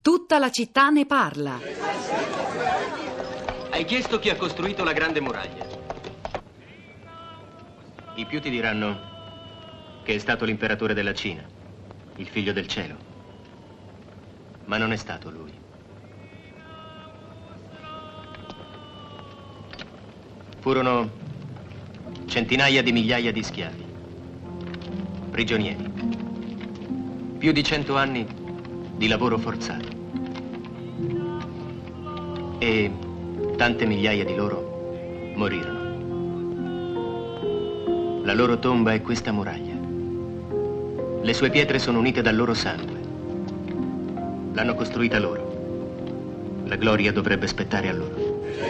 Tutta la città ne parla. Hai chiesto chi ha costruito la Grande Muraglia. I più ti diranno che è stato l'imperatore della Cina, il figlio del cielo. Ma non è stato lui. Furono centinaia di migliaia di schiavi, prigionieri, più di 100 anni di lavoro forzato e tante migliaia di loro morirono. La loro tomba è questa muraglia. Le sue pietre sono unite dal loro sangue. L'hanno costruita loro. La gloria dovrebbe spettare a loro.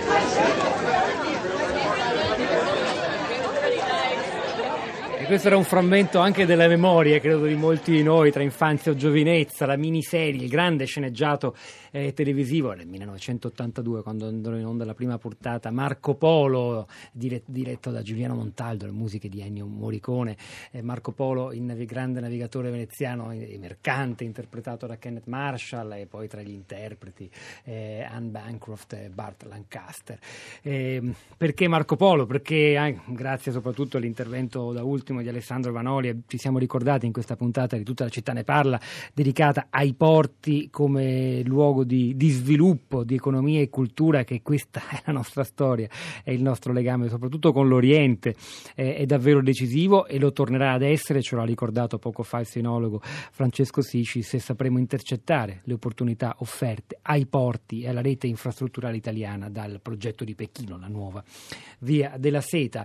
Questo era un frammento anche delle memorie, credo, di molti di noi, tra infanzia o giovinezza, la miniserie, il grande sceneggiato televisivo nel 1982, quando andò in onda la prima puntata, Marco Polo, diretto da Giuliano Montaldo, le musiche di Ennio Morricone. Marco Polo, il grande navigatore veneziano e mercante, interpretato da Kenneth Marshall, e poi tra gli interpreti Anne Bancroft e Burt Lancaster. Perché Marco Polo? Perché grazie soprattutto all'intervento da ultimo di Alessandro Vanoli ci siamo ricordati in questa puntata di Tutta la città ne parla, dedicata ai porti come luogo di sviluppo, di economia e cultura, che questa è la nostra storia, è il nostro legame soprattutto con l'Oriente, è davvero decisivo e lo tornerà ad essere, ce l'ha ricordato poco fa il sinologo Francesco Sici, se sapremo intercettare le opportunità offerte ai porti e alla rete infrastrutturale italiana dal progetto di Pechino, la nuova via della seta.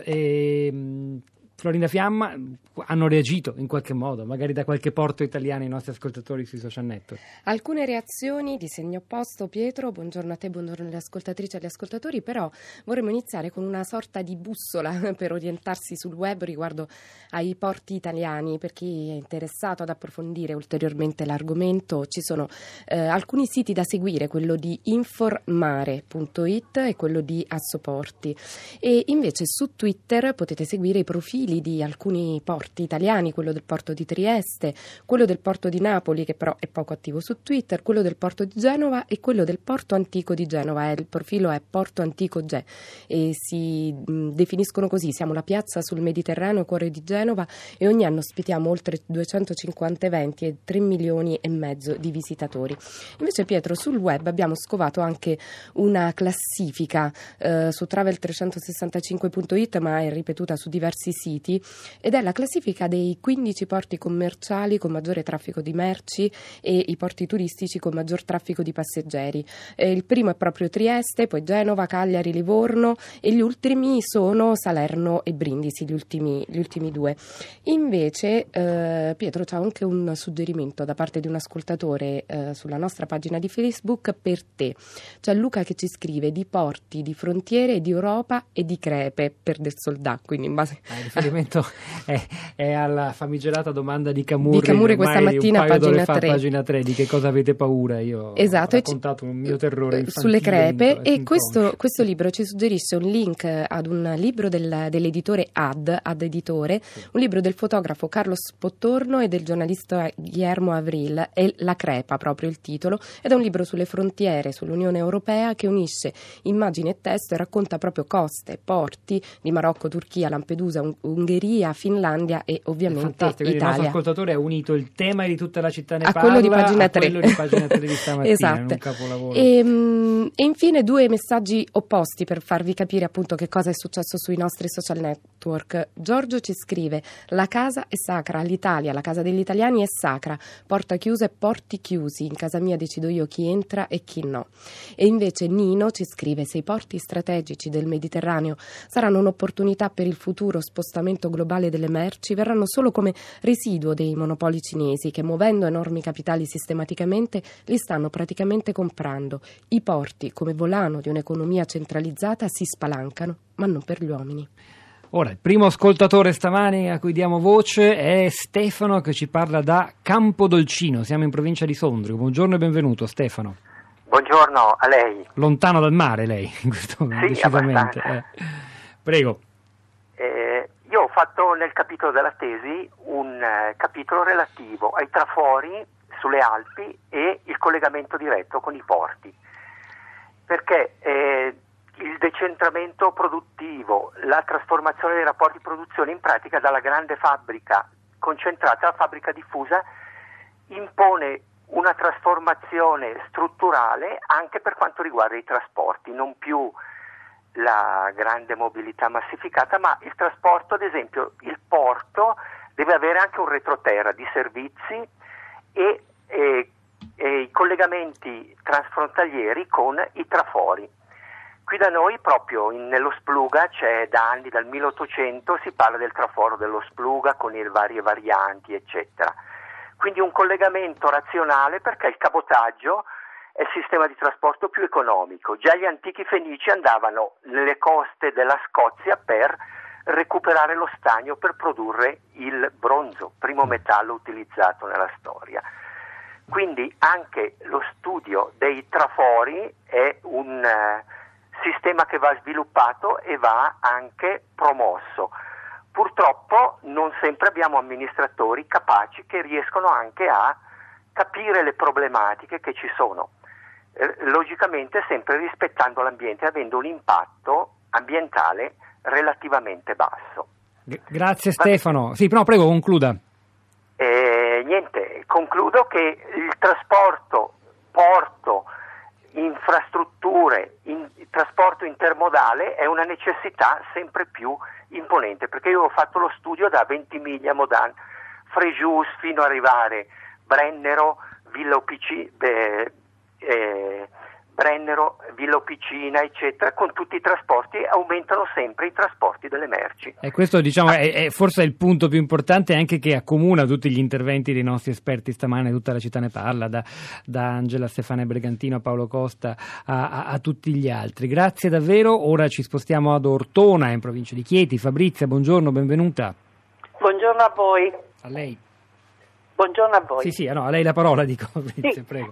Florinda Fiamma, hanno reagito in qualche modo, magari da qualche porto italiano, i nostri ascoltatori sui social network? Alcune reazioni di segno opposto. Pietro, buongiorno a te, buongiorno alle ascoltatrici e agli ascoltatori, però vorremmo iniziare con una sorta di bussola per orientarsi sul web riguardo ai porti italiani. Per chi è interessato ad approfondire ulteriormente l'argomento, ci sono alcuni siti da seguire, quello di informare.it e quello di Assoporti, e invece su Twitter potete seguire i profili di alcuni porti italiani, quello del porto di Trieste, quello del porto di Napoli, che però è poco attivo su Twitter, quello del porto di Genova e quello del porto antico di Genova. Il profilo è Porto Antico Ge e si definiscono così: siamo la piazza sul Mediterraneo, cuore di Genova, e ogni anno ospitiamo oltre 250 eventi e 3 milioni e mezzo di visitatori. Invece, Pietro, sul web abbiamo scovato anche una classifica su travel365.it, ma è ripetuta su diversi siti, ed è la classifica dei 15 porti commerciali con maggiore traffico di merci e i porti turistici con maggior traffico di passeggeri. Il primo è proprio Trieste, poi Genova, Cagliari, Livorno, e gli ultimi sono Salerno e Brindisi, gli ultimi due. Invece Pietro, c'è anche un suggerimento da parte di un ascoltatore sulla nostra pagina di Facebook per te. C'è Luca che ci scrive di porti, di frontiere, di Europa e di crepe per del soldà, quindi in base è alla famigerata domanda di Camurri. Di Camurri questa mattina, pagina 3, di che cosa avete paura. Io esatto, ho raccontato un mio terrore infantile sulle crepe, e questo libro ci suggerisce un link ad un libro dell'editore Ad Editore, sì, un libro del fotografo Carlos Pottorno e del giornalista Guillermo Avril, è La crepa proprio il titolo, ed è un libro sulle frontiere, sull'Unione Europea, che unisce immagini e testo e racconta proprio coste, porti di Marocco, Turchia, Lampedusa, Ungheria, Finlandia e ovviamente Italia. Il nostro ascoltatore ha unito il tema di Tutta la città ne parla a quello di pagina 3, quello di pagina 3 di stamattina. Esatto. Un capolavoro. E infine due messaggi opposti per farvi capire appunto che cosa è successo sui nostri social network. Giorgio ci scrive: la casa è sacra, l'Italia, la casa degli italiani è sacra, porta chiusa e porti chiusi, in casa mia decido io chi entra e chi no. E invece Nino ci scrive: se i porti strategici del Mediterraneo saranno un'opportunità per il futuro spostamento globale delle merci, verranno solo come residuo dei monopoli cinesi che, muovendo enormi capitali sistematicamente, li stanno praticamente comprando. I porti, come volano di un'economia centralizzata, si spalancano, ma non per gli uomini. Ora, il primo ascoltatore stamani a cui diamo voce è Stefano, che ci parla da Campodolcino, siamo in provincia di Sondrio. Buongiorno e benvenuto, Stefano. Buongiorno a lei. Lontano dal mare lei, in questo momento, sì, decisamente. Prego. Io ho fatto nel capitolo della tesi un capitolo relativo ai trafori sulle Alpi e il collegamento diretto con i porti, perché il decentramento produttivo, la trasformazione dei rapporti di produzione in pratica dalla grande fabbrica concentrata alla fabbrica diffusa impone una trasformazione strutturale anche per quanto riguarda i trasporti, non più la grande mobilità massificata, ma il trasporto, ad esempio il porto deve avere anche un retroterra di servizi e i collegamenti transfrontalieri con i trafori. Qui da noi proprio nello Spluga c'è da anni, dal 1800 si parla del traforo dello Spluga con le varie varianti eccetera, quindi un collegamento razionale perché il cabotaggio è il sistema di trasporto più economico. Già gli antichi fenici andavano nelle coste della Scozia per recuperare lo stagno per produrre il bronzo, primo metallo utilizzato nella storia. Quindi anche lo studio dei trafori è un sistema che va sviluppato e va anche promosso. Purtroppo non sempre abbiamo amministratori capaci che riescono anche a capire le problematiche che ci sono, logicamente sempre rispettando l'ambiente, avendo un impatto ambientale relativamente basso. Grazie Stefano. Sì, no, prego, concluda. Concludo che il trasporto, porto, infrastrutture, trasporto intermodale è una necessità sempre più imponente, perché io ho fatto lo studio da Ventimiglia, Modane, Frejus fino ad arrivare Brennero, Villa Officina, eccetera, con tutti i trasporti, aumentano sempre i trasporti delle merci. E questo diciamo è forse il punto più importante, anche che accomuna tutti gli interventi dei nostri esperti stamane. Tutta la città ne parla, da Angela Stefania Bregantino a Paolo Costa a tutti gli altri. Grazie davvero. Ora ci spostiamo ad Ortona, in provincia di Chieti. Fabrizia, buongiorno, benvenuta. Buongiorno a voi. A lei. Buongiorno a voi. Sì, a lei la parola, dico, Fabrizia, sì. Prego.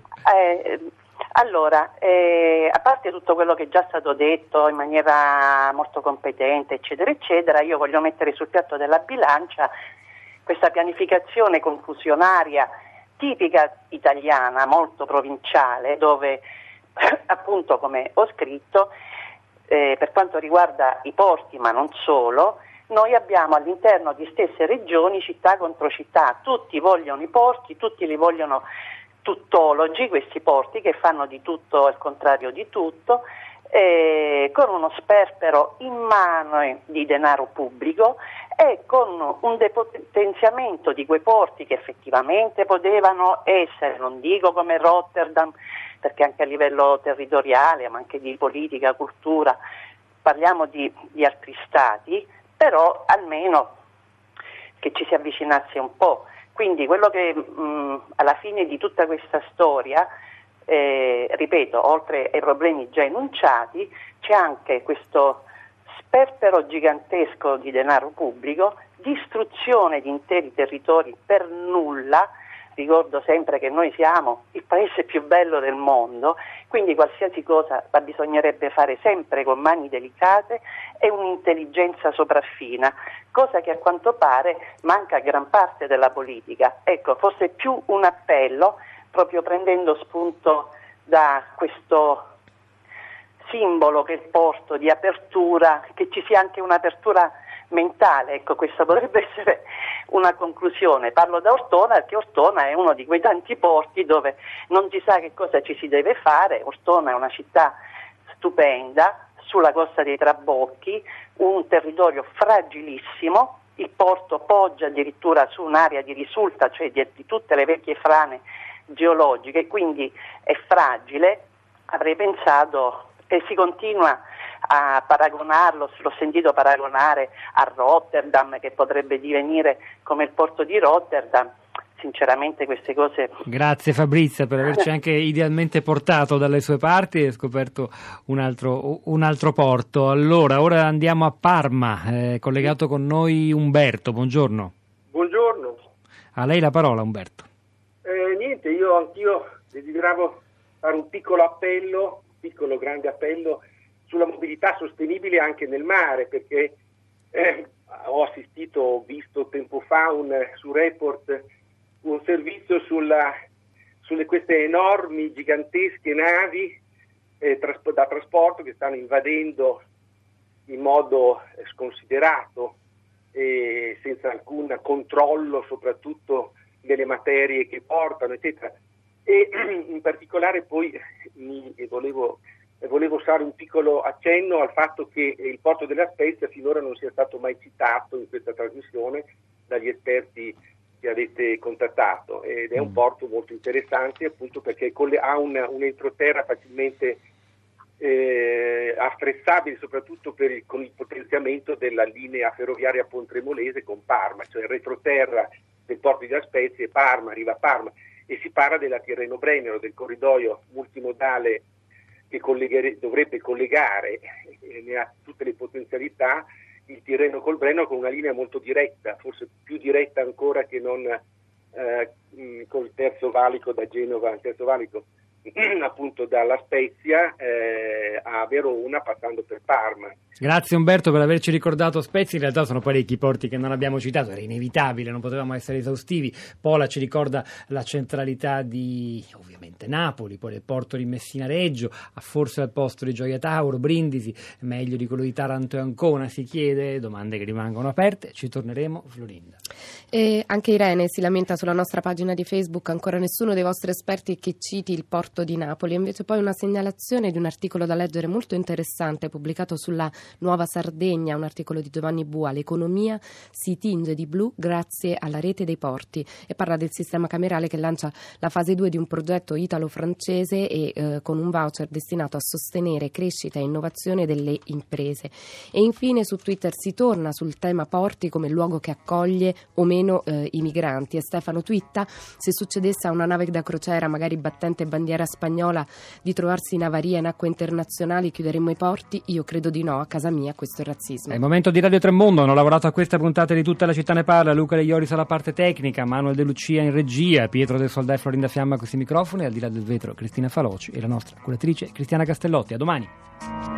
Allora, a parte tutto quello che è già stato detto in maniera molto competente, eccetera, eccetera, io voglio mettere sul piatto della bilancia questa pianificazione confusionaria tipica italiana, molto provinciale, dove appunto, come ho scritto, per quanto riguarda i porti, ma non solo, noi abbiamo all'interno di stesse regioni città contro città, tutti vogliono i porti, tutti li vogliono tuttologi, questi porti che fanno di tutto al contrario di tutto, con uno sperpero immane di denaro pubblico e con un depotenziamento di quei porti che effettivamente potevano essere, non dico come Rotterdam, perché anche a livello territoriale, ma anche di politica, cultura, parliamo di altri stati, però almeno che ci si avvicinasse un po'. Quindi quello che alla fine di tutta questa storia, ripeto, oltre ai problemi già enunciati, c'è anche questo sperpero gigantesco di denaro pubblico, distruzione di interi territori per nulla. Ricordo sempre che noi siamo il paese più bello del mondo, quindi qualsiasi cosa la bisognerebbe fare sempre con mani delicate e un'intelligenza sopraffina, cosa che a quanto pare manca a gran parte della politica. Ecco, forse più un appello, proprio prendendo spunto da questo simbolo che è il porto di apertura, che ci sia anche un'apertura mentale. Ecco, questa potrebbe essere una conclusione. Parlo da Ortona perché Ortona è uno di quei tanti porti dove non si sa che cosa ci si deve fare. Ortona è una città stupenda sulla costa dei Trabocchi, un territorio fragilissimo. Il porto poggia addirittura su un'area di risulta, cioè di tutte le vecchie frane geologiche, quindi è fragile. Avrei pensato, e si continua a paragonarlo, l'ho sentito paragonare a Rotterdam, che potrebbe divenire come il porto di Rotterdam. Sinceramente queste cose... Grazie Fabrizia per averci anche idealmente portato dalle sue parti e scoperto un altro porto. Allora, ora andiamo a Parma, collegato con noi Umberto, buongiorno. Buongiorno. A lei la parola, Umberto. Anch'io desideravo fare un piccolo grande appello sulla mobilità sostenibile anche nel mare, perché ho visto tempo fa su Report un servizio sulla queste enormi, gigantesche navi da trasporto che stanno invadendo in modo sconsiderato e senza alcun controllo, soprattutto delle materie che portano, eccetera. E in particolare poi volevo fare un piccolo accenno al fatto che il porto della Spezia finora non sia stato mai citato in questa trasmissione dagli esperti che avete contattato, ed è un porto molto interessante appunto perché ha un entroterra facilmente affrezzabile, soprattutto con il potenziamento della linea ferroviaria pontremolese con Parma, cioè il retroterra del porto di La Spezia e Parma, arriva a Parma, e si parla della Tirreno-Brennero, del corridoio multimodale che dovrebbe collegare, ne ha tutte le potenzialità, il Tirreno col Brennero con una linea molto diretta, forse più diretta ancora che non col Terzo Valico da Genova, il Terzo Valico appunto dalla Spezia a Verona passando per Parma. Grazie Umberto per averci ricordato Spezia, in realtà sono parecchi i porti che non abbiamo citato, era inevitabile, non potevamo essere esaustivi. Pola ci ricorda la centralità di ovviamente Napoli, poi il porto di Messina Reggio, forse al posto di Gioia Tauro, Brindisi, meglio di quello di Taranto e Ancona, si chiede, domande che rimangono aperte, ci torneremo. Florinda. E anche Irene si lamenta sulla nostra pagina di Facebook, ancora nessuno dei vostri esperti che citi il porto di Napoli, invece poi una segnalazione di un articolo da leggere molto interessante pubblicato sulla Nuova Sardegna, un articolo di Giovanni Bua, l'economia si tinge di blu grazie alla rete dei porti, e parla del sistema camerale che lancia la fase 2 di un progetto italo-francese e con un voucher destinato a sostenere crescita e innovazione delle imprese. E infine su Twitter si torna sul tema porti come luogo che accoglie o meno i migranti, e Stefano twitta: se succedesse a una nave da crociera magari battente bandiera spagnola di trovarsi in avaria in acque internazionali, chiuderemmo i porti? Io credo di no, a casa mia questo è razzismo. È il momento di Radio Tremondo, hanno lavorato a questa puntata di Tutta la città ne parla, Luca De Ioris alla parte tecnica, Manuel De Lucia in regia, Pietro del Soldà e Florinda Fiamma a questi microfoni, al di là del vetro Cristina Faloci e la nostra curatrice Cristiana Castellotti. A domani.